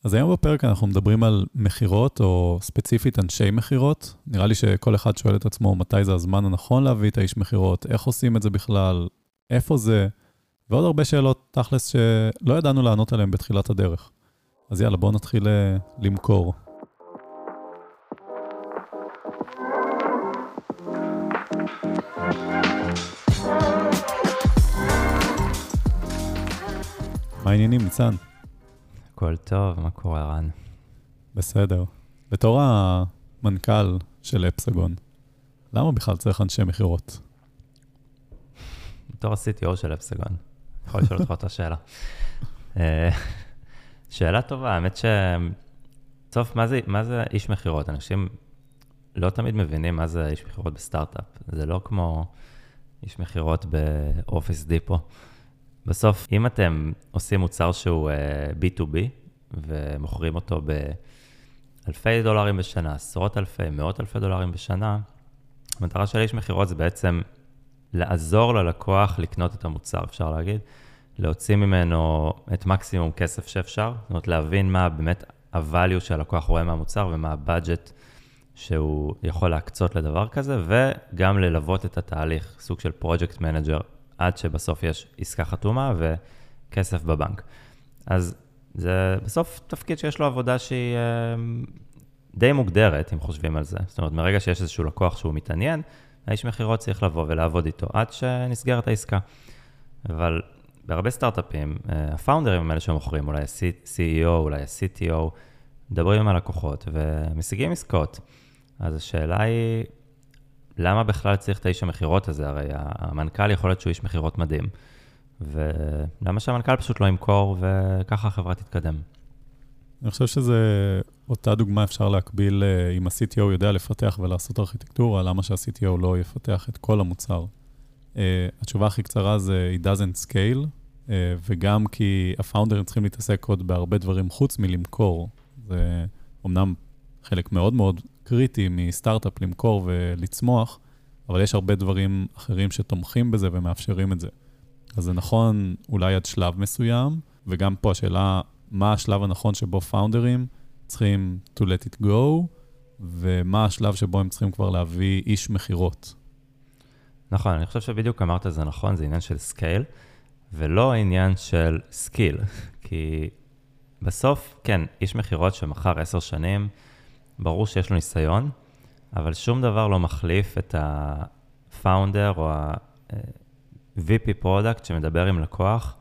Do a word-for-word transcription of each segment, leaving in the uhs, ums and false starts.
אז היום בפרק אנחנו מדברים על מחירות, או ספציפית אנשי מחירות. נראה לי שכל אחד שואל את עצמו מתי זה הזמן הנכון להביא את האיש מחירות, איך עושים את זה בכלל, איפה זה, ועוד הרבה שאלות תכלס שלא ידענו לענות עליהן בתחילת הדרך. אז יאללה, בואו נתחיל למכור. מה העניינים, ניצן? הכל טוב, מה קורה רן? בסדר. בתור המנכ"ל של אפסגון, למה בכלל צריך אנשי מחירות? בתור ה-סי טי או של אפסגון, יכול לשאול אותך אותה שאלה. שאלה טובה, האמת ש... בסוף, מה זה, מה זה איש מחירות? אנשים לא תמיד מבינים מה זה איש מחירות בסטארט-אפ. זה לא כמו איש מחירות באופיס דיפו. בסוף, אם אתם עושים מוצר שהוא בי טו בי, ומוכרים אותו באלפי דולרים בשנה, עשרות אלפי, מאות אלפי דולרים בשנה, המטרה של איש מחירות זה בעצם לעזור ללקוח לקנות את המוצר, אפשר להגיד, להוציא ממנו את מקסימום כסף שאפשר, זאת אומרת להבין מה באמת הvalue שהלקוח רואה מהמוצר, ומה הבאג'ט שהוא יכול להקצות לדבר כזה, וגם ללוות את התהליך, סוג של project manager, עד שבסוף יש עסקה חתומה וכסף בבנק. אז זה בסוף תפקיד שיש לו עבודה שהיא די מוגדרת, אם חושבים על זה. זאת אומרת, מרגע שיש איזשהו לקוח שהוא מתעניין, האיש מחירות צריך לבוא ולעבוד איתו, עד שנסגרת העסקה. אבל בהרבה סטארט-אפים, הפאונדרים הם אלה שמוכרים, אולי ה-סי אי או, אולי ה-סי טי או, מדברים עם הלקוחות ומשיגים עסקאות. אז השאלה היא, למה בכלל צריך את האיש המחירות הזה? הרי המנכ"ל יכול להיות שהוא איש מחירות מדהים. ולמה שהמנכ"ל פשוט לא ימכור וככה החברה תתקדם? אני חושב שזה אותה דוגמה אפשר להקביל אם ה-סי טי או יודע לפתח ולעשות ארכיטקטורה, למה שה-סי טי או לא יפתח את כל המוצר. התשובה הכי קצרה זה it doesn't scale, וגם כי הפאונדרים צריכים להתעסק עוד בהרבה דברים חוץ מלמכור. זה אומנם חלק מאוד מאוד קריטי מסטארט-אפ למכור ולצמוח, אבל יש הרבה דברים אחרים שתומכים בזה ומאפשרים את זה. אז זה נכון אולי עד שלב מסוים, וגם פה השאלה, מה השלב הנכון שבו פאונדרים צריכים to let it go, ומה השלב שבו הם צריכים כבר להביא איש מחירות. נכון, אני חושב שבדיוק אמרת זה נכון, זה עניין של סקייל, ולא עניין של סקיל, כי בסוף, כן, איש מחירות שמחר עשר שנים, ברור שיש לו ניסיון, אבל שום דבר לא מחליף את הפאונדר או ה-וי פי פרודקט שמדבר עם לקוח,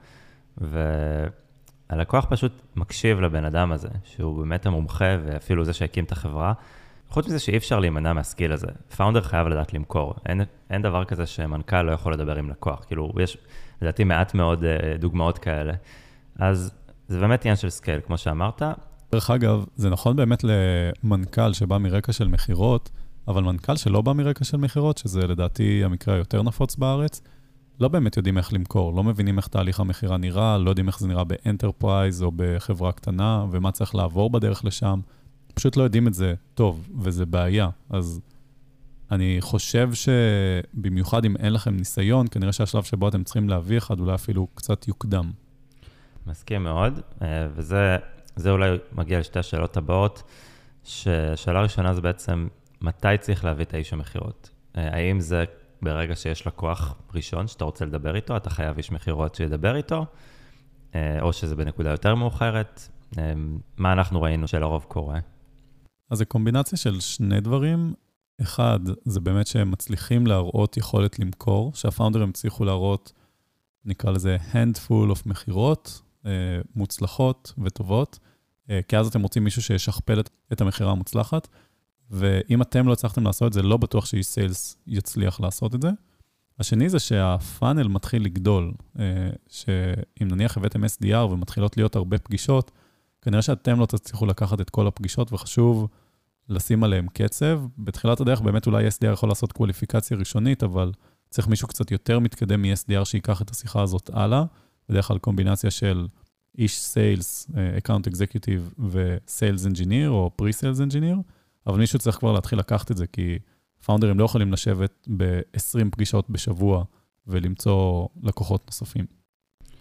והלקוח פשוט מקשיב לבן אדם הזה, שהוא באמת המומחה ואפילו זה שהקים את החברה. חוץ מזה שאי אפשר להימנע מהסקיל הזה. פאונדר חייב לדעת למכור. אין, אין דבר כזה שמנכ"ל לא יכול לדבר עם לקוח. כאילו, יש, לדעתי, מעט מאוד דוגמאות כאלה. אז זה באמת עניין של סקייל, כמו שאמרת. דרך אגב, זה נכון באמת למנכ"ל שבא מרקע של מחירות, אבל מנכ"ל שלא בא מרקע של מחירות, שזה לדעתי המקרה היותר נפוץ בארץ, לא באמת יודעים איך למכור, לא מבינים איך תהליך המחירה נראה, לא יודעים איך זה נראה באנטרפרייז או בחברה קטנה, ומה צריך לעבור בדרך לשם. פשוט לא יודעים את זה טוב, וזה בעיה. אז אני חושב שבמיוחד אם אין לכם ניסיון, כנראה שהשלב שבו אתם צריכים להביא אחד, אולי אפילו קצת יוקדם. מסכים מאוד, וזה זה אולי מגיע לשתי השאלות הבאות, שהשאלה הראשונה זה בעצם, מתי צריך להביא את האיש המחירות? האם זה ברגע שיש לקוח ראשון שאתה רוצה לדבר איתו, אתה חייב איש מחירות שידבר איתו, או שזה בנקודה יותר מאוחרת? מה אנחנו ראינו שלרוב קורה? אז זה קומבינציה של שני דברים. אחד, זה באמת שהם מצליחים להראות יכולת למכור, שהפאונדרים הצליחו להראות, נקרא לזה handful of מחירות, מוצלחות וטובות, כי אז אתם רוצים מישהו שישכפל את המחירה המוצלחת, ואם אתם לא הצלחתם לעשות את זה, לא בטוח שאיש סיילס יצליח לעשות את זה. השני זה שהפאנל מתחיל לגדול, שאם נניח הבאתם אס די אר ומתחילות להיות הרבה פגישות, כנראה שאתם לא תצליחו לקחת את כל הפגישות, וחשוב לשים עליהם קצב. בתחילת הדרך באמת אולי אס די אר יכול לעשות קווליפיקציה ראשונית, אבל צריך מישהו קצת יותר מתקדם מ-אס די אר שיקח את השיחה הזאת הלאה, בדרך כלל קומבינציה של איש סיילס, אקאונט אקזקיוטיב וסיילס אנג'יניר או פרי-סיילס אנג'יניר, אבל מישהו צריך כבר להתחיל לקחת את זה, כי פאונדרים לא יכולים לשבת ב-עשרים פגישות בשבוע ולמצוא לקוחות נוספים.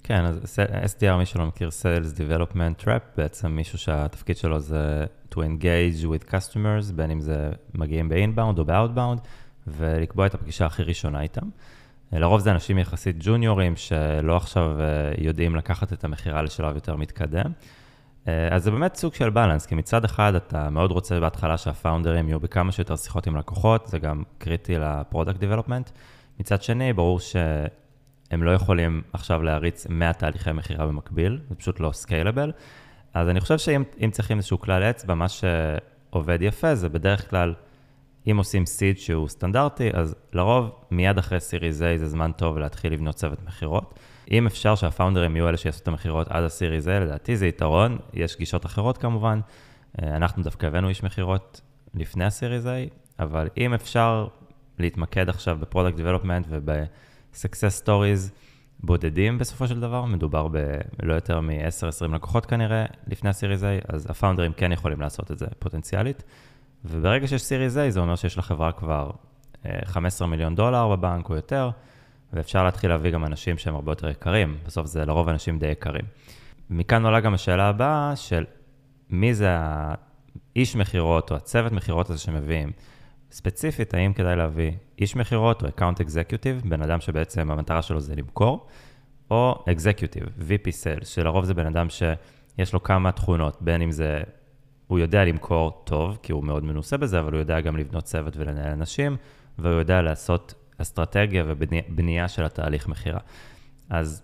כן, אז אס די אר, מי שלא מכיר, Sales Development Trap, בעצם מישהו שהתפקיד שלו זה to engage with customers, בין אם זה מגיעים ב-inbound או ב-outbound, ולקבוע את הפגישה הכי ראשונה איתם. לרוב זה אנשים יחסית ג'וניורים, שלא עכשיו יודעים לקחת את המחירה לשלב יותר מתקדם. אז זה באמת סוג של בלנס, כי מצד אחד אתה מאוד רוצה בהתחלה שהפאונדרים יהיו בכמה שיותר שיחות עם לקוחות, זה גם קריטי לפרודקט דיבלופמנט. מצד שני, ברור שהם לא יכולים עכשיו להריץ מאה תהליכי מחירה במקביל, זה פשוט לא סקיילבל. אז אני חושב שאם צריכים איזשהו כלל אצבע, מה שעובד יפה זה בדרך כלל, אם עושים סיד שהוא סטנדרטי, אז לרוב מיד אחרי סיריז A זה זמן טוב להתחיל לבנות צוות מחירות. אם אפשר שהפאונדרים יהיו אלה שיעשו את המחירות עד הסיריז A, לדעתי זה יתרון, יש גישות אחרות כמובן. אנחנו דווקא הבאנו איש מחירות לפני הסיריז A, אבל אם אפשר להתמקד עכשיו בפרודקט דיבלופמנט וב-success stories בודדים בסופו של דבר, מדובר בלא יותר מ-עשר עשרים לקוחות כנראה לפני הסיריז A, אז הפאונדרים כן יכולים לעשות את זה פוטנציאלית. וברגע שיש סיריז A, זה אומר שיש לחברה כבר חמישה עשר מיליון דולר בבנק או יותר, ואפשר להתחיל להביא גם אנשים שהם הרבה יותר יקרים. בסוף זה לרוב אנשים די יקרים. מכאן עולה גם השאלה הבאה של מי זה האיש מחירות או הצוות מחירות הזה שמביאים. ספציפית, האם כדאי להביא איש מחירות או account executive, בן אדם שבעצם המטרה שלו זה למכור, או executive, וי פי sales, שלרוב זה בן אדם שיש לו כמה תכונות, בין אם זה הוא יודע למכור טוב, כי הוא מאוד מנוסה בזה, אבל הוא יודע גם לבנות צוות ולנהל אנשים, והוא יודע לעשות אסטרטגיה ובנייה של התהליך מחירה. אז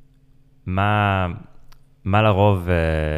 מה, מה לרוב אה,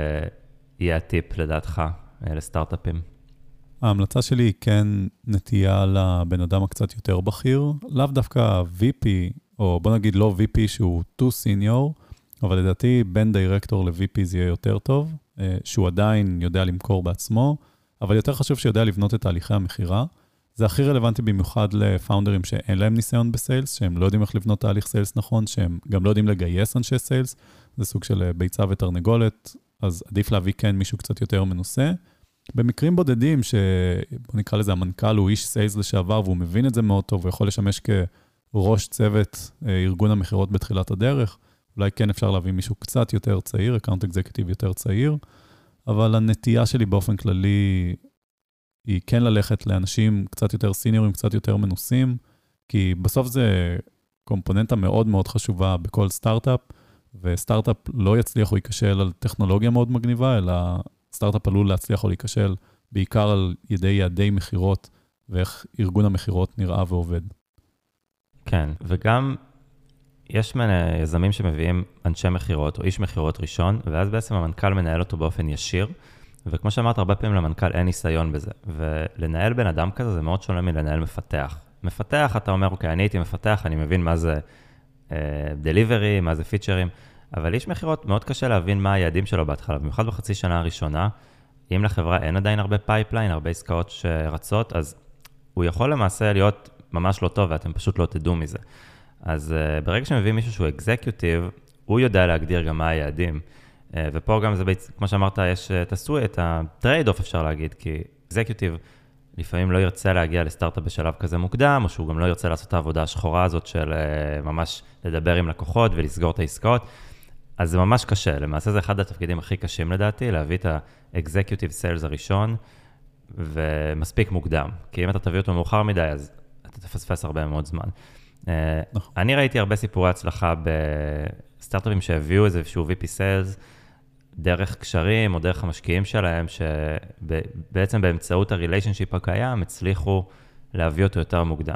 יהיה הטיפ לדעתך אה, לסטארט-אפים? ההמלצה שלי היא כן נטייה לבן אדם הקצת יותר בכיר, לאו דווקא וי פי, או בוא נגיד לא וי פי שהוא too senior, אבל לדעתי בין דירקטור ל-וי פי זה יהיה יותר טוב, שהוא עדיין יודע למכור בעצמו, אבל יותר חשוב שיודע לבנות את תהליכי המחירה. זה הכי רלוונטי במיוחד לפאונדרים שאין להם ניסיון בסיילס, שהם לא יודעים איך לבנות תהליך סיילס נכון, שהם גם לא יודעים לגייס אנשי סיילס, זה סוג של ביצה ותרנגולת, אז עדיף להביא כן מישהו קצת יותר מנוסה. במקרים בודדים, שבוא נקרא לזה המנכ"ל הוא איש סיילס לשעבר, והוא מבין את זה מאוד טוב, הוא יכול לשמש כראש צוות ארגון המחירות בתחילת הדרך, אולי כן אפשר להביא מישהו קצת יותר צעיר, אקאונט אקזקטיב יותר צעיר, אבל הנטייה שלי באופן כללי היא כן ללכת לאנשים קצת יותר סיניורים, קצת יותר מנוסים, כי בסוף זה קומפוננטה מאוד מאוד חשובה בכל סטארט-אפ, וסטארט-אפ לא יצליח או ייכשל על טכנולוגיה מאוד מגניבה, אלא סטארט-אפ עלול להצליח או להיכשל בעיקר על ידי יעדי מחירות, ואיך ארגון המחירות נראה ועובד. כן, וגם יש מנה יזמים שמביאים אנשי מחירות או איש מחירות ראשון, ואז בעצם המנכ"ל מנהל אותו באופן ישיר, וכמו שאמרת, הרבה פעמים למנכ"ל אין ניסיון בזה, ולנהל בן אדם כזה זה מאוד שונה מלנהל מפתח. מפתח, אתה אומר, אוקיי, אני הייתי מפתח, אני מבין מה זה דליברי, מה זה פיצ'רים, אבל איש מחירות מאוד קשה להבין מה היעדים שלו בהתחלה, במיוחד בחצי שנה הראשונה, אם לחברה אין עדיין הרבה פייפליין, הרבה עסקאות שרצות, אז הוא יכול למעשה להיות ממש לא טוב, ואתם פשוט לא תדעו מזה. אז uh, ברגע שמביא מישהו שהוא אקזקיוטיב, הוא יודע להגדיר גם מה היעדים. Uh, ופה גם זה, בעצם, כמו שאמרת, יש uh, תעשו את הטרייד-אוף אפשר להגיד, כי אקזקיוטיב לפעמים לא ירצה להגיע לסטארט-אפ בשלב כזה מוקדם, או שהוא גם לא ירצה לעשות את העבודה השחורה הזאת של uh, ממש לדבר עם לקוחות ולסגור את העסקאות. אז זה ממש קשה. למעשה זה אחד התפקידים הכי קשים לדעתי, להביא את האקזקיוטיב סיילס הראשון, ומספיק מוקדם. כי אם אתה תביא אותו מאוחר מדי, אז אתה תפספס הרבה מאוד זמן. נכון. אני ראיתי הרבה סיפורי הצלחה בסטארט-אפים שהביאו איזשהו וי פי Sales, דרך קשרים או דרך המשקיעים שלהם, שבעצם באמצעות הריליישנשיפ הקיים, הצליחו להביא אותו יותר מוקדם.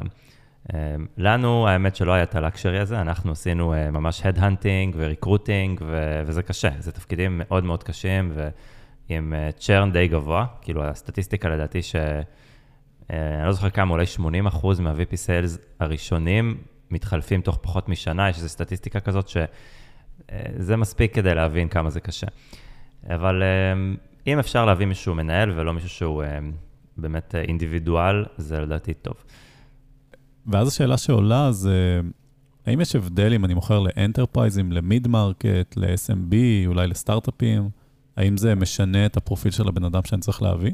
לנו, האמת שלא היה את הלקשרי הזה, אנחנו עשינו ממש headhunting ו-recruiting, וזה קשה, זה תפקידים מאוד מאוד קשים, ועם צ'רן די גבוה, כאילו הסטטיסטיקה לדעתי ש... אני לא זוכר כמה, אולי שמונים אחוז מה-וי פי Sales הראשונים מתחלפים תוך פחות משנה, יש איזו סטטיסטיקה כזאת שזה מספיק כדי להבין כמה זה קשה. אבל אם אפשר להביא מישהו מנהל ולא מישהו שהוא באמת אינדיבידואל, זה לדעתי טוב. ואז השאלה שעולה זה, האם יש הבדל אם אני מוכר לאנטרפרייזים, למיד מרקט, ל-אס אם בי, אולי לסטארט-אפים? האם זה משנה את הפרופיל של הבן אדם שאני צריך להביא?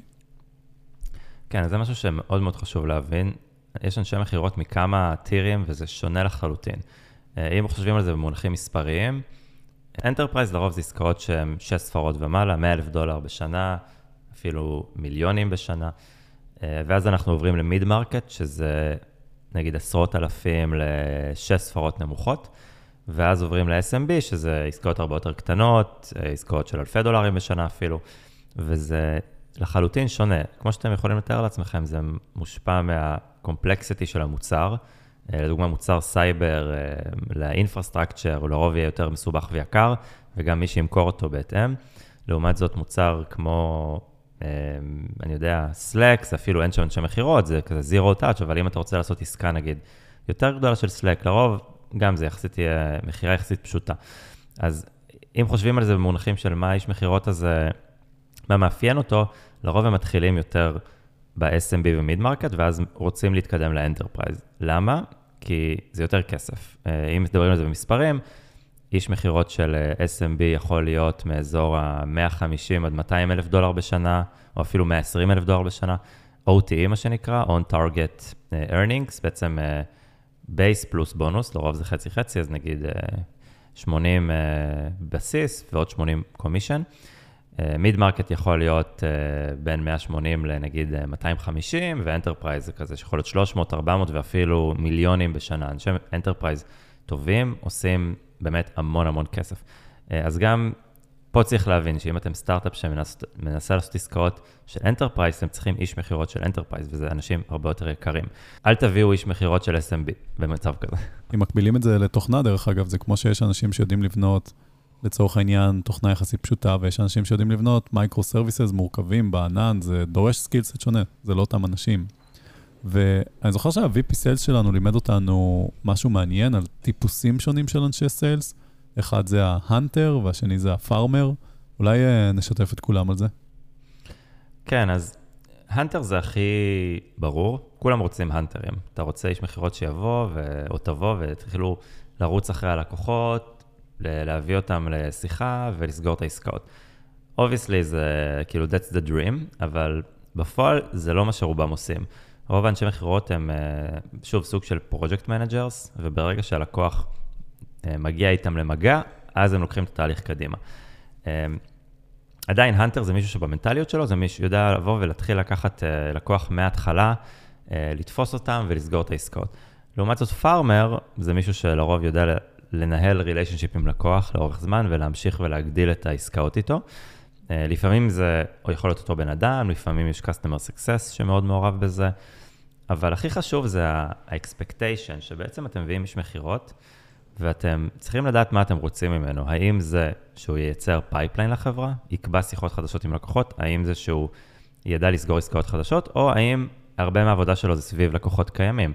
כן, זה משהו שמאוד מאוד חשוב להבין. יש אנשי מחירות מכמה טירים, וזה שונה לחלוטין. אם חושבים על זה במונחים מספריים, Enterprise לרוב זה עסקאות שהן שש ספרות ומעלה, מאה אלף דולר בשנה, אפילו מיליונים בשנה, ואז אנחנו עוברים למיד מרקט, שזה נגיד עשרות אלפים לשש ספרות נמוכות, ואז עוברים ל-אס אם בי, שזה עסקאות הרבה יותר קטנות, עסקאות של אלפי דולרים בשנה אפילו, וזה לחלוטין שונה. כמו שאתם יכולים לתאר לעצמכם, זה מושפע מהקומפלקסיטי של המוצר, לדוגמה מוצר סייבר לאינפרסטרקצ'ר, הוא לרוב יהיה יותר מסובך ויקר, וגם מי שימכור אותו בהתאם. לעומת זאת מוצר כמו, אני יודע, Slack, זה אפילו אין שם אנשי מחירות, זה כזה zero touch, אבל אם אתה רוצה לעשות עסקה נגיד יותר גדולה של Slack, לרוב גם זה יחסית תהיה מחירה יחסית פשוטה. אז אם חושבים על זה במונחים של מה איש מחירות הזה, מה מאפיין אותו, לרוב הם מתחילים יותר ב-אס אם בי ומיד מרקט, ואז רוצים להתקדם לאנטרפרייז. למה? כי זה יותר כסף. אם מדברים על זה במספרים, איש מחירות של אס אם בי יכול להיות מאזור ה-מאה וחמישים עד מאתיים אלף דולר בשנה, או אפילו מאה ועשרים אלף דולר בשנה, או טי אי מה שנקרא, On Target Earnings, בעצם בייס פלוס בונוס, לרוב זה חצי חצי, אז נגיד שמונים בסיס ועוד שמונים קומישן. מיד מרקט יכול להיות בין מאה ושמונים לנגיד מאתיים וחמישים, ואנטרפרייז זה כזה שיכול להיות שלוש מאות, ארבע מאות ואפילו מיליונים בשנה. אנשי אנטרפרייז טובים עושים באמת המון המון כסף. אז גם פה צריך להבין שאם אתם סטארט-אפ שמנסה לעשות עסקאות של אנטרפרייז, אתם צריכים איש מחירות של אנטרפרייז, וזה אנשים הרבה יותר יקרים. אל תביאו איש מחירות של אס אם בי במצב כזה. אם מקבילים את זה לתוכנה, דרך אגב, זה כמו שיש אנשים שיודעים לבנות לצורך העניין תוכנה יחסית פשוטה, ויש אנשים שיודעים לבנות מייקרו-סרוויסס מורכבים בענן, זה דורש סקילסט שונה, זה לא אותם אנשים. ואני זוכר שה-וי פי Sales שלנו לימד אותנו משהו מעניין על טיפוסים שונים של אנשי סיילס, אחד זה ההנטר והשני זה הפארמר, אולי נשתף את כולם על זה? כן, אז הנטר זה הכי ברור, כולם רוצים הנטרים, אתה רוצה איש מחירות שיבוא או תבוא ותתחילו לרוץ אחרי הלקוחות, להביא אותם לשיחה ולסגור את העסקאות. Obviously זה כאילו that's the dream, אבל בפועל זה לא מה שרובם עושים. רוב האנשי מחירות הם שוב סוג של project managers, וברגע שהלקוח מגיע איתם למגע, אז הם לוקחים את התהליך קדימה. עדיין הנטר זה מישהו שבמנטליות שלו, זה מישהו יודע לבוא ולהתחיל לקחת לקוח מההתחלה, לתפוס אותם ולסגור את העסקאות. לעומת זאת פארמר זה מישהו שלרוב יודע לנהל ריליישנשיפ עם לקוח לאורך זמן ולהמשיך ולהגדיל את העסקאות איתו. לפעמים זה או יכול להיות אותו בן אדם, לפעמים יש customer success שמאוד מעורב בזה, אבל הכי חשוב זה ה-expectation, שבעצם אתם מביאים איש מחירות, ואתם צריכים לדעת מה אתם רוצים ממנו. האם זה שהוא ייצר פייפליין לחברה, יקבע שיחות חדשות עם לקוחות, האם זה שהוא ידע לסגור עסקאות חדשות, או האם הרבה מהעבודה שלו זה סביב לקוחות קיימים.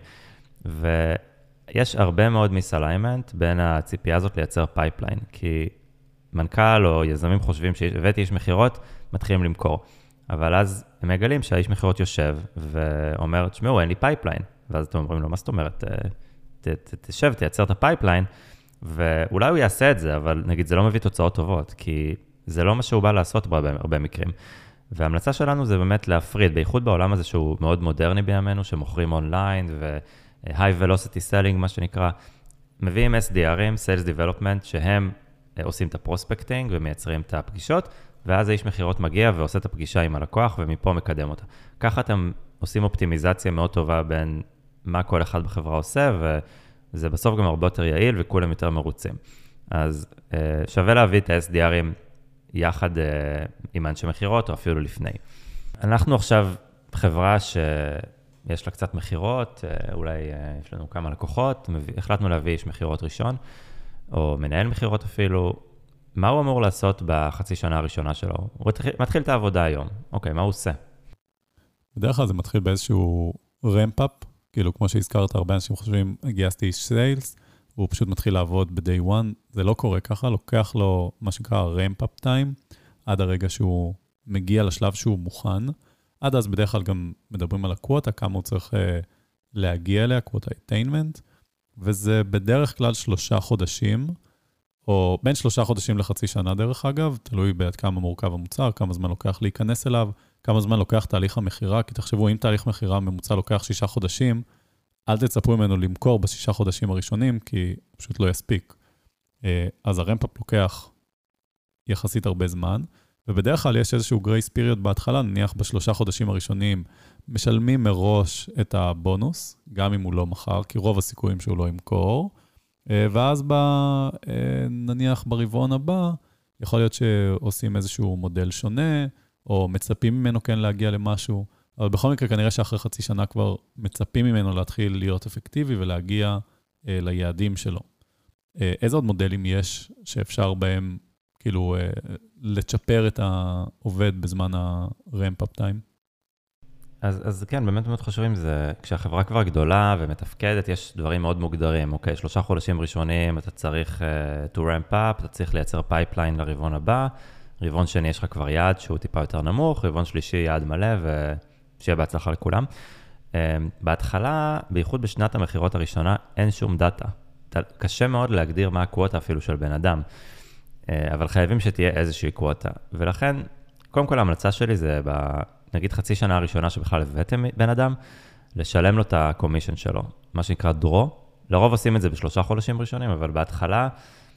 ויש הרבה מאוד מיסאליימנט בין הציפייה הזאת לייצר פייפליין, כי מנכ"ל או יזמים חושבים שהבאתי איש מחירות, מתחילים למכור. אבל אז הם מגלים שהאיש מחירות יושב ואומר, תשמעו, אין לי פייפליין. ואז אתם אומרים לו, מה זאת אומרת? תשב, תייצר את הפייפליין, ואולי הוא יעשה את זה, אבל נגיד, זה לא מביא תוצאות טובות, כי זה לא מה שהוא בא לעשות בהרבה, הרבה מקרים. וההמלצה שלנו זה באמת להפריד, בייחוד בעולם הזה שהוא מאוד מודרני בימינו, שמוכרים אונליין ו-high velocity selling, מה שנקרא, מביאים אס די ארים, Sales Development, שהם עושים את הפרוספקטינג ומייצרים את הפגישות, ואז האיש מחירות מגיע ועושה את הפגישה עם הלקוח, ומפה מקדם אותה. ככה אתם עושים אופטימיזציה מאוד טובה בין מה כל אחד בחברה עושה, וזה בסוף גם הרבה יותר יעיל, וכולם יותר מרוצים. אז שווה להביא את ה-אס די ארים יחד עם אנשי מחירות, או אפילו לפני. אנחנו עכשיו חברה שיש לה קצת מחירות, אולי יש לנו כמה לקוחות, החלטנו להביא איש מחירות ראשון, או מנהל מחירות אפילו. מה הוא אמור לעשות בחצי שנה הראשונה שלו? הוא מתחיל את העבודה היום. אוקיי, מה הוא עושה? בדרך כלל זה מתחיל באיזשהו רמפ-אפ, כאילו כמו שהזכרת, הרבה אנשים חושבים, גייסתי איש סיילס, והוא פשוט מתחיל לעבוד ב-day one, זה לא קורה ככה, לוקח לו מה שנקרא רמפ-אפ טיים, עד הרגע שהוא מגיע לשלב שהוא מוכן, עד אז בדרך כלל גם מדברים על הקווטה, כמה הוא צריך uh, להגיע אליה, קווטה attainment, וזה בדרך כלל שלושה חודשים, או בין שלושה חודשים לחצי שנה דרך אגב, תלוי בעד כמה מורכב המוצר, כמה זמן לוקח להיכנס אליו, כמה זמן לוקח תהליך המחירה, כי תחשבו, אם תהליך מחירה ממוצע לוקח שישה חודשים, אל תצפו ממנו למכור בשישה חודשים הראשונים, כי פשוט לא יספיק. אז הרמפ-אפ לוקח יחסית הרבה זמן, ובדרך כלל יש איזשהו גרייס פיריוד בהתחלה, נניח בשלושה חודשים הראשונים, משלמים מראש את הבונוס, גם אם הוא לא מחר, כי רוב הסיכויים שהוא לא ימכור, ואז ב, נניח ברבעון הבא, יכול להיות שעושים איזשהו מודל שונה, או מצפים ממנו כן להגיע למשהו, אבל בכל מקרה כנראה שאחרי חצי שנה כבר מצפים ממנו להתחיל להיות אפקטיבי ולהגיע אה, ליעדים שלו. אה, איזה עוד מודלים יש שאפשר בהם כאילו אה, לצ'פר את העובד בזמן ה-ramp-up time? אז, אז כן, באמת מאוד חשובים זה, כשהחברה כבר גדולה ומתפקדת, יש דברים מאוד מוגדרים, אוקיי? שלושה חודשים ראשונים אתה צריך uh, to ramp up, אתה צריך לייצר פייפליין לרבעון הבא, רבעון שני יש לך כבר יעד שהוא טיפה יותר נמוך, רבעון שלישי יעד מלא ושיהיה בהצלחה לכולם. Uh, בהתחלה, בייחוד בשנת המחירות הראשונה, אין שום דאטה. קשה מאוד להגדיר מה הקווטה אפילו של בן אדם, uh, אבל חייבים שתהיה איזושהי קווטה. ולכן, קודם כל ההמלצה שלי זה ב... נגיד חצי שנה הראשונה שבכלל הבאתם בן אדם, לשלם לו את הקומישן שלו, מה שנקרא דרו. לרוב עושים את זה בשלושה חודשים ראשונים, אבל בהתחלה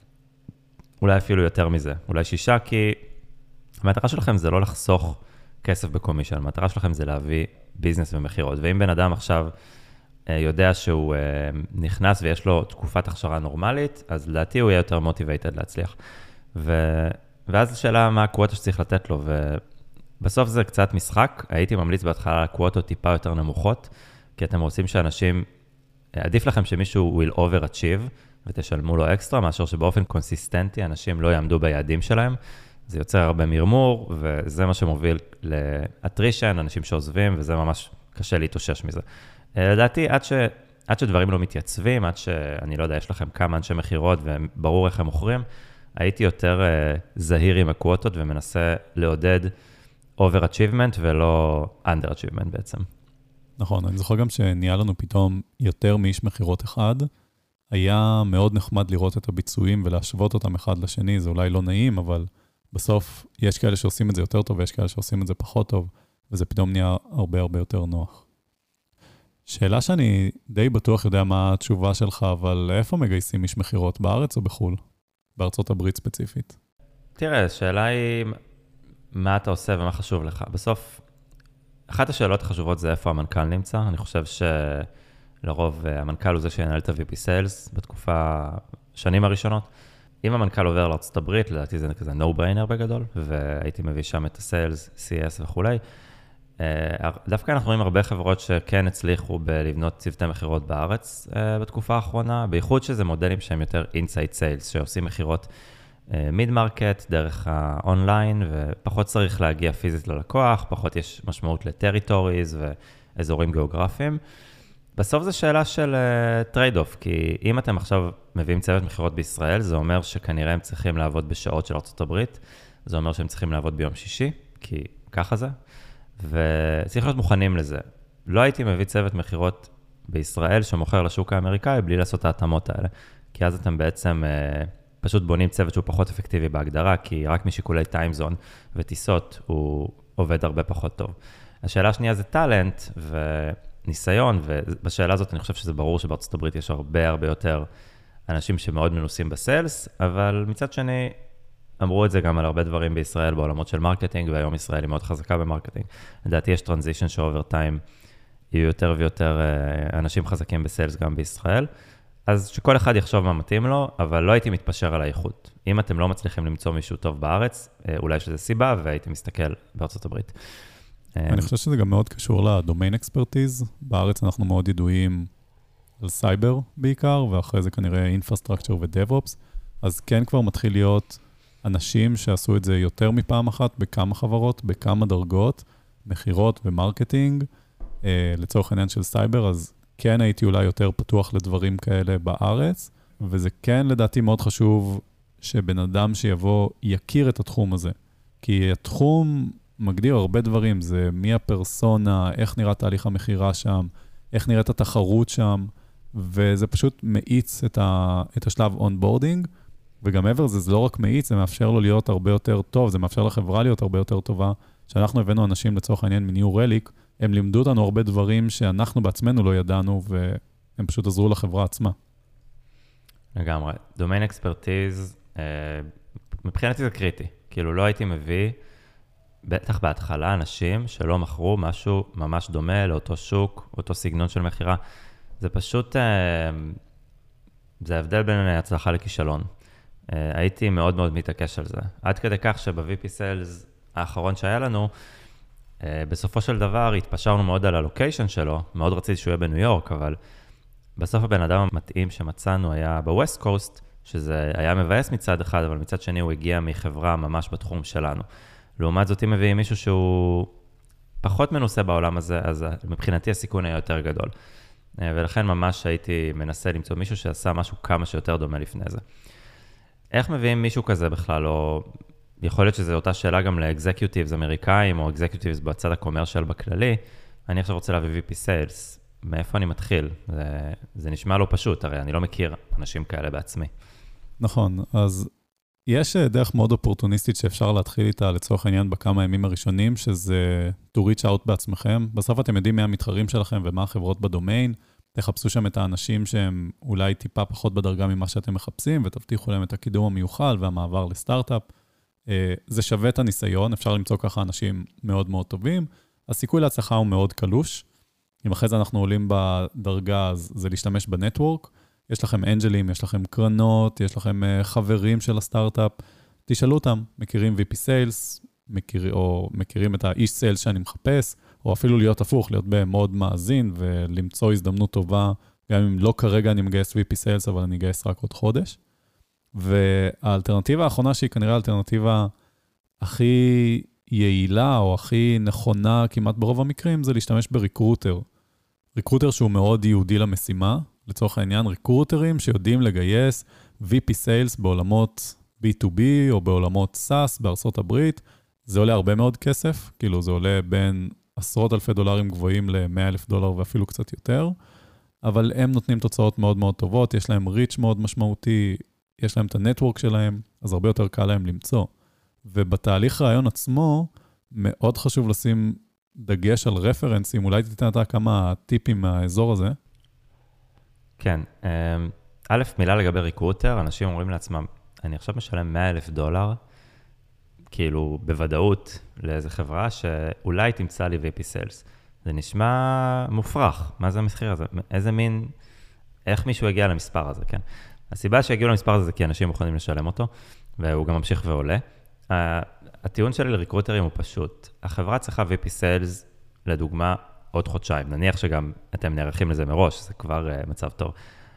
אולי אפילו יותר מזה, אולי שישה, כי המטרה שלכם זה לא לחסוך כסף בקומישן, המטרה שלכם זה להביא ביזנס ומחירות, ואם בן אדם עכשיו יודע שהוא נכנס ויש לו תקופת הכשרה נורמלית, אז לדעתי הוא יהיה יותר מוטיבייטד להצליח. ו... ואז השאלה מה הקווטה שצריך לתת לו, ו... בסוף זה קצת משחק, הייתי ממליץ בהתחלה קווטות טיפה יותר נמוכות, כי אתם רוצים שאנשים, עדיף לכם שמישהו will overachieve, ותשלמו לו אקסטרה, מאשר שבאופן קונסיסטנטי אנשים לא יעמדו ביעדים שלהם, זה יוצר הרבה מרמור, וזה מה שמוביל לאטרישן, אנשים שעוזבים, וזה ממש קשה להתאושש מזה. לדעתי, עד, ש, עד שדברים לא מתייצבים, עד שאני לא יודע, יש לכם כמה אנשי מחירות, וברור איך הם מוכרים, הייתי יותר uh, זהיר עם הקווטות, ומנסה לעודד over-achievement ולא under-achievement בעצם. נכון, אני זוכר גם שנהיה לנו פתאום יותר מאיש מחירות אחד, היה מאוד נחמד לראות את הביצועים ולהשוות אותם אחד לשני, זה אולי לא נעים, אבל בסוף יש כאלה שעושים את זה יותר טוב, ויש כאלה שעושים את זה פחות טוב, וזה פתאום נהיה הרבה הרבה יותר נוח. שאלה שאני די בטוח יודע מה התשובה שלך, אבל איפה מגייסים איש מחירות, בארץ או בחול? בארצות הברית ספציפית. תראה, השאלה היא מה אתה עושה ומה חשוב לך. בסוף, אחת השאלות החשובות זה איפה המנכ"ל נמצא. אני חושב שלרוב המנכ"ל הוא זה שינהל את ה-וי פי Sales בתקופה, שנים הראשונות. אם המנכ"ל עובר לארצות הברית, לדעתי זה כזה no-brainer בגדול, והייתי מביא שם את ה-Sales, סי אס וכולי. דווקא אנחנו רואים הרבה חברות שכן הצליחו בלבנות צוותי מחירות בארץ בתקופה האחרונה, בייחוד שזה מודלים שהם יותר inside sales, שעושים מחירות מיד-מרקט, דרך האונליין, ופחות צריך להגיע פיזית ללקוח, פחות יש משמעות לטריטוריז ואזורים גיאוגרפיים. בסוף זו שאלה של טרייד-אוף, כי אם אתם עכשיו מביאים צוות מחירות בישראל, זה אומר שכנראה הם צריכים לעבוד בשעות של ארצות הברית, זה אומר שהם צריכים לעבוד ביום שישי, כי ככה זה, וצריך להיות מוכנים לזה. לא הייתי מביא צוות מחירות בישראל שמוכר לשוק האמריקאי בלי לעשות את ההתאמות האלה, כי אז אתם בעצם פשוט בונים צוות שהוא פחות אפקטיבי בהגדרה, כי רק משיקולי טיימזון וטיסות הוא עובד הרבה פחות טוב. השאלה השנייה זה טלנט וניסיון, ובשאלה הזאת אני חושב שזה ברור שבארצות הברית יש הרבה הרבה יותר אנשים שמאוד מנוסים בסיילס, אבל מצד שני אמרו את זה גם על הרבה דברים בישראל בעולמות של מרקטינג, והיום ישראל היא מאוד חזקה במרקטינג. לדעתי יש טרנזישן שאובר טיים יהיו יותר ויותר אנשים חזקים בסיילס גם בישראל, אז שכל אחד יחשוב מה מתאים לו, אבל לא הייתי מתפשר על האיכות. אם אתם לא מצליחים למצוא מישהו טוב בארץ, אולי שזה סיבה, והייתי מסתכל בארצות הברית. אני חושב שזה גם מאוד קשור לדומיין אקספרטיז. בארץ אנחנו מאוד ידועים על סייבר בעיקר, ואחרי זה כנראה אינפרסטרקצ'ר ודאב-אופס, אז כן כבר מתחיל להיות אנשים שעשו את זה יותר מפעם אחת, בכמה חברות, בכמה דרגות, מחירות ומרקטינג, לצורך העניין של סייבר, אז כן הייתי אולי יותר פתוח לדברים כאלה בארץ, וזה כן לדעתי מאוד חשוב שבן אדם שיבוא יכיר את התחום הזה, כי התחום מגדיר הרבה דברים, זה מי הפרסונה, איך נראה תהליך המחירה שם, איך נראית התחרות שם, וזה פשוט מאיץ את, ה, את השלב אונבורדינג, וגם מעבר לזה, זה לא רק מאיץ, זה מאפשר לו להיות הרבה יותר טוב, זה מאפשר לחברה להיות הרבה יותר טובה, שאנחנו הבאנו אנשים לצורך העניין מניו רליק, הם לימדו אותנו הרבה דברים שאנחנו בעצמנו לא ידענו, והם פשוט עזרו לחברה עצמה. לגמרי. דומיין אקספרטיז, מבחינתי זה קריטי. כאילו לא הייתי מביא, בטח בהתחלה, אנשים שלא מכרו משהו ממש דומה לאותו שוק, אותו סגנון של מחירה. זה פשוט, זה ההבדל בין הצלחה לכישלון. הייתי מאוד מאוד מתעקש על זה. עד כדי כך שב-וי פי Sales האחרון שהיה לנו, בסופו של דבר התפשרנו מאוד על הלוקיישן שלו, מאוד רציתי שהוא יהיה בניו יורק, אבל בסוף הבן אדם המתאים שמצאנו היה בווסט קוסט, שזה היה מבאס מצד אחד, אבל מצד שני הוא הגיע מחברה ממש בתחום שלנו. לעומת זאת, אם מביאים מישהו שהוא פחות מנוסה בעולם הזה, אז מבחינתי הסיכון היה יותר גדול. ולכן ממש הייתי מנסה למצוא מישהו שעשה משהו כמה שיותר דומה לפני זה. איך מביאים מישהו כזה בכלל, או יכול להיות שזו אותה שאלה גם לאקזקיוטיבס אמריקאים, או אקזקיוטיבס בצד הקומרשל בכללי, אני עכשיו רוצה להביא וי פי Sales. מאיפה אני מתחיל? זה, זה נשמע לא פשוט, הרי אני לא מכיר אנשים כאלה בעצמי. נכון, אז יש דרך מאוד אופורטוניסטית שאפשר להתחיל איתה לצורך העניין בכמה ימים הראשונים, שזה to reach out בעצמכם. בסוף אתם יודעים מי המתחרים שלכם ומה החברות בדומיין, תחפשו שם את האנשים שהם אולי טיפה פחות בדרגה ממה שאתם מחפשים, ותבטיחו להם את הקידום המיוחל והמעבר לסטארט-אפ. זה שווה את הניסיון, אפשר למצוא ככה אנשים מאוד מאוד טובים. הסיכוי להצלחה הוא מאוד קלוש. אם אחרי זה אנחנו עולים בדרגה, אז זה להשתמש בנטוורק. יש לכם אנג'לים, יש לכם קרנות, יש לכם חברים של הסטארט-אפ. תשאלו אותם, מכירים וי פי Sales, מכיר, או מכירים את האיש Sales שאני מחפש, או אפילו להיות הפוך, להיות במוד מאזין, ולמצוא הזדמנות טובה, גם אם לא כרגע אני מגייס וי פי Sales, אבל אני אגייס רק עוד חודש. והאלטרנטיבה האחרונה, שהיא כנראה האלטרנטיבה הכי יעילה, או הכי נכונה כמעט ברוב המקרים, זה להשתמש בריקרוטר. ריקרוטר שהוא מאוד יהודי למשימה, לצורך העניין, ריקרוטרים שיודעים לגייס וי פי Sales בעולמות בי טו בי, או בעולמות סאס בארצות הברית. זה עולה הרבה מאוד כסף, כאילו זה עולה בין עשרות אלפי דולרים גבוהים ל-מאה אלף דולר ואפילו קצת יותר, אבל הם נותנים תוצאות מאוד מאוד טובות, יש להם ריץ' מאוד משמעותי, יש להם את הנטוורק שלהם, אז הרבה יותר קל להם למצוא. ובתהליך רעיון עצמו, מאוד חשוב לשים דגש על רפרנסים, אולי תיתן אתה כמה טיפים מהאזור הזה. כן, א', מילה לגבי ריקרוטר, אנשים אומרים לעצמם, אני עכשיו משלם מאה אלף דולר, כאילו בוודאות לאיזו חברה שאולי תמצא לי וי פי Sales. זה נשמע מופרך, מה זה המסחיר הזה? איזה מין, איך מישהו הגיע למספר הזה, כן? הסיבה שהגיעו למספר הזה זה כי אנשים מוכנים לשלם אותו, והוא גם ממשיך ועולה. הטיעון שלי לריקרוטרים הוא פשוט, החברה צריכה וי פי Sales, לדוגמה, עוד חודשיים. נניח שגם אתם נערכים לזה מראש, זה כבר uh, מצב טוב.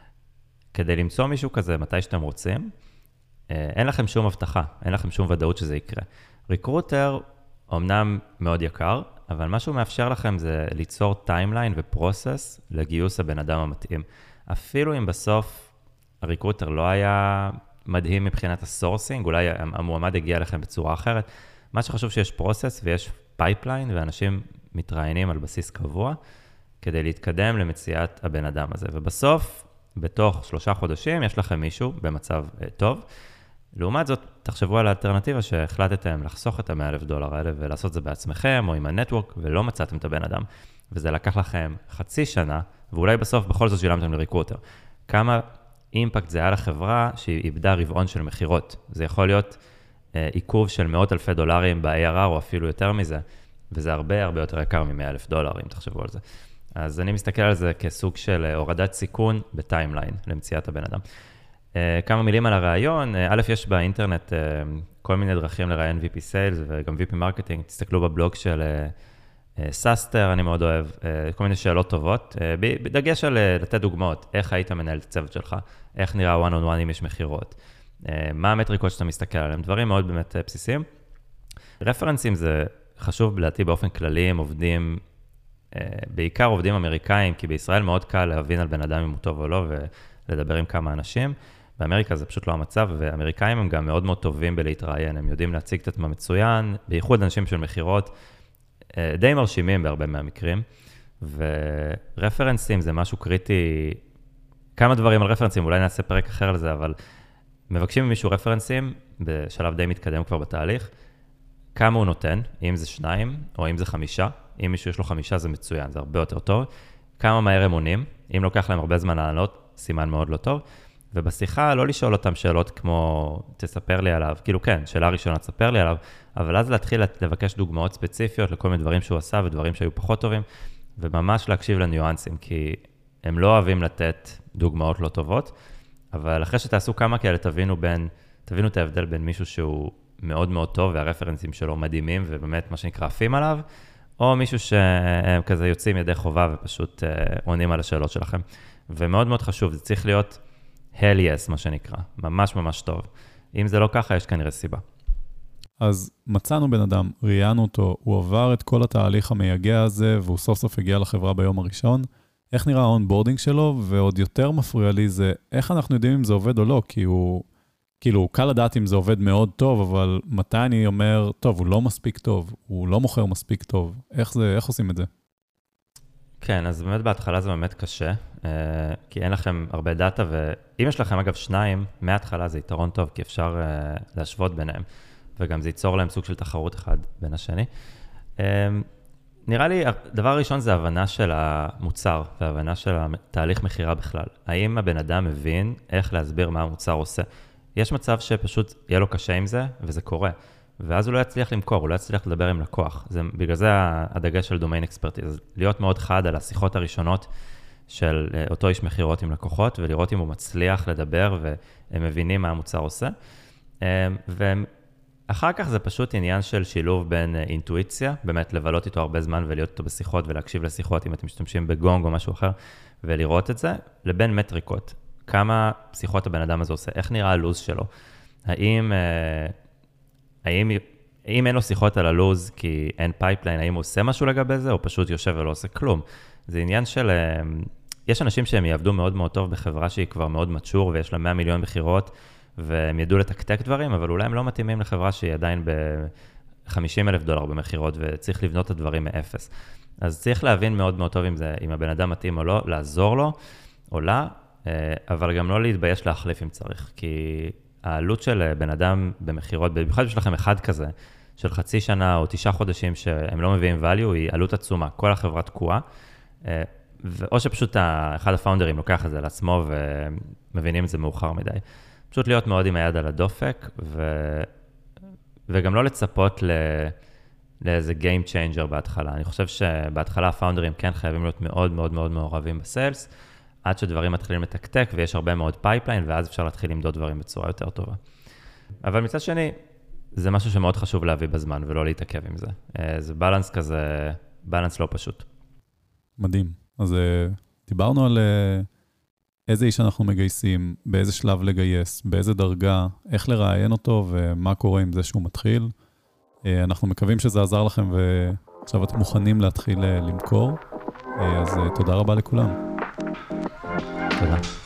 כדי למצוא מישהו כזה מתי שאתם רוצים, uh, אין לכם שום הבטחה, אין לכם שום ודאות שזה יקרה. ריקרוטר אומנם מאוד יקר, אבל מה שהוא מאפשר לכם זה ליצור טיימליין ופרוסס לגיוס הבן אדם המתאים. אפילו אם בסוף הריקרוטר לא היה מדהים מבחינת הסורסינג, אולי המועמד הגיע לכם בצורה אחרת, מה שחשוב שיש פרוסס ויש פייפליין, ואנשים מתראיינים על בסיס קבוע, כדי להתקדם למציאת הבן אדם הזה. ובסוף, בתוך שלושה חודשים, יש לכם מישהו במצב uh, טוב. לעומת זאת, תחשבו על האלטרנטיבה שהחלטתם לחסוך את ה-מאה אלף דולר האלה, ולעשות את זה בעצמכם, או עם הנטוורק, ולא מצאתם את הבן אדם. וזה לקח לכם חצי שנה, ואולי בסוף בכל זאת שילמתם לריקרוטר. כמה אימפקט זה היה לחברה שהיא איבדה רבעון של מחירות. זה יכול להיות uh, עיכוב של מאות אלפי דולרים ב-איי אר אר, או אפילו יותר מזה, וזה הרבה הרבה יותר יקר מ-מאה אלף דולר, אם תחשבו על זה. אז אני מסתכל על זה כסוג של הורדת סיכון בטיימליין למציאת הבן אדם. Uh, כמה מילים על הרעיון, uh, א', יש באינטרנט uh, כל מיני דרכים לראיין וי פי Sales וגם וי פי Marketing, תסתכלו בבלוג של uh, uh, סאסטר, אני מאוד אוהב, uh, כל מיני שאלות טובות, uh, בדגש על uh, לתת דוגמאות, איך היית מנהל את הצוות שלך, איך נראה one on one אם יש מחירות, uh, מה המטריקות שאתה מסתכל עליהן, דברים מאוד באמת uh, בסיסיים. רפרנסים זה חשוב לדעתי באופן כללי, הם עובדים, בעיקר עובדים אמריקאים, כי בישראל מאוד קל להבין על בן אדם אם הוא טוב או לא, ולדבר עם כמה אנשים. באמריקה זה פשוט לא המצב, ואמריקאים הם גם מאוד מאוד טובים בלהתראיין, הם יודעים להציג את עצמם מצוין, בייחוד אנשים של מחירות, די מרשימים בהרבה מהמקרים, ורפרנסים זה משהו קריטי, כמה דברים על רפרנסים, אולי נעשה פרק אחר על זה, אבל מבקשים ממישהו רפרנסים, בשלב די מתקדם כבר בתהליך, כמה הוא נותן, אם זה שניים, או אם זה חמישה, אם מישהו יש לו חמישה זה מצוין, זה הרבה יותר טוב, כמה מהר הם עונים, אם לוקח להם הרבה זמן לענות, סימן מאוד לא טוב, ובשיחה לא לשאול אותם שאלות כמו, תספר לי עליו, כאילו כן, שאלה ראשונה, תספר לי עליו, אבל אז להתחיל לבקש דוגמאות ספציפיות לכל מיני דברים שהוא עשה ודברים שהיו פחות טובים, וממש להקשיב לניואנסים, כי הם לא אוהבים לתת דוגמאות לא טובות, אבל אחרי שתעשו כמה כאלה, תבינו בין, תבינו את ההבדל בין מישהו שהוא מאוד מאוד טוב, והרפרנסים שלו מדהימים, ובאמת מה שנקרא עפים עליו, או מישהו שהם כזה יוצאים ידי חובה, ופשוט uh, עונים על השאלות שלכם. ומאוד מאוד חשוב, זה צריך להיות hell yes, מה שנקרא, ממש ממש טוב. אם זה לא ככה, יש כנראה סיבה. אז מצאנו בן אדם, ראיינו אותו, הוא עבר את כל התהליך המייגע הזה, והוא סוף סוף הגיע לחברה ביום הראשון. איך נראה האונבורדינג שלו, ועוד יותר מפריע לי זה, איך אנחנו יודעים אם זה עובד או לא, כי הוא, כאילו, קל לדעת אם זה עובד מאוד טוב, אבל מתי אני אומר, טוב, הוא לא מספיק טוב, הוא לא מוכר מספיק טוב. איך זה, איך עושים את זה? כן, אז באמת בהתחלה זה באמת קשה, כי אין לכם הרבה דאטה, ואם יש לכם אגב שניים, מההתחלה זה יתרון טוב, כי אפשר להשוות ביניהם, וגם זה ייצור להם סוג של תחרות אחד בין השני. נראה לי, דבר ראשון זה הבנה של המוצר, והבנה של התהליך מחירה בכלל. האם הבן אדם מבין איך להסביר מה המוצר עושה? יש מצב שפשוט יהיה לו קשה עם זה, וזה קורה. ואז הוא לא יצליח למכור, הוא לא יצליח לדבר עם לקוח. זה, בגלל זה הדגש של דומיין אקספרטיז. להיות מאוד חד על השיחות הראשונות של אותו איש מחירות עם לקוחות, ולראות אם הוא מצליח לדבר, והם מבינים מה המוצר עושה. ואחר כך זה פשוט עניין של שילוב בין אינטואיציה, באמת לבלות איתו הרבה זמן ולהיות איתו בשיחות, ולהקשיב לשיחות אם אתם משתמשים בגונג או משהו אחר, ולראות את זה, לבין מטריקות. כמה שיחות הבן אדם הזה עושה, איך נראה הלוז שלו. האם... האם, האם אין לו שיחות על הלוז כי אין פייפליין, האם הוא עושה משהו לגבי זה, או פשוט יושב ולא עושה כלום? זה עניין של, יש אנשים שהם יעבדו מאוד מאוד טוב בחברה שהיא כבר מאוד מצ'ור, ויש לה מאה מיליון בחירות, והם ידעו לתקתק דברים, אבל אולי הם לא מתאימים לחברה שהיא עדיין ב-חמישים אלף דולר במחירות, וצריך לבנות את הדברים מאפס. אז צריך להבין מאוד מאוד טוב אם זה, אם הבן אדם מתאים או לא, לעזור לו, או לא, אבל גם לא להתבייש להחליף אם צריך, כי העלות של בן אדם במחירות, במיוחד יש לכם אחד כזה, של חצי שנה או תשעה חודשים שהם לא מביאים value, היא עלות עצומה, כל החברה תקועה, או שפשוט אחד הפאונדרים לוקח את זה לעצמו ומבינים את זה מאוחר מדי. פשוט להיות מאוד עם היד על הדופק, ו... וגם לא לצפות ל... לאיזה game changer בהתחלה. אני חושב שבהתחלה הפאונדרים כן חייבים להיות מאוד מאוד מאוד מעורבים בסיילס, עד שדברים מתחילים לתקתק, ויש הרבה מאוד פייפליין, ואז אפשר להתחיל למדוד דברים בצורה יותר טובה. אבל מצד שני, זה משהו שמאוד חשוב להביא בזמן, ולא להתעכב עם זה. זה בלנס כזה, בלנס לא פשוט. מדהים. אז דיברנו על איזה איש אנחנו מגייסים, באיזה שלב לגייס, באיזה דרגה, איך לראיין אותו, ומה קורה עם זה שהוא מתחיל. אנחנו מקווים שזה עזר לכם, ועכשיו אתם מוכנים להתחיל למכור. אז תודה רבה לכולם. תודה.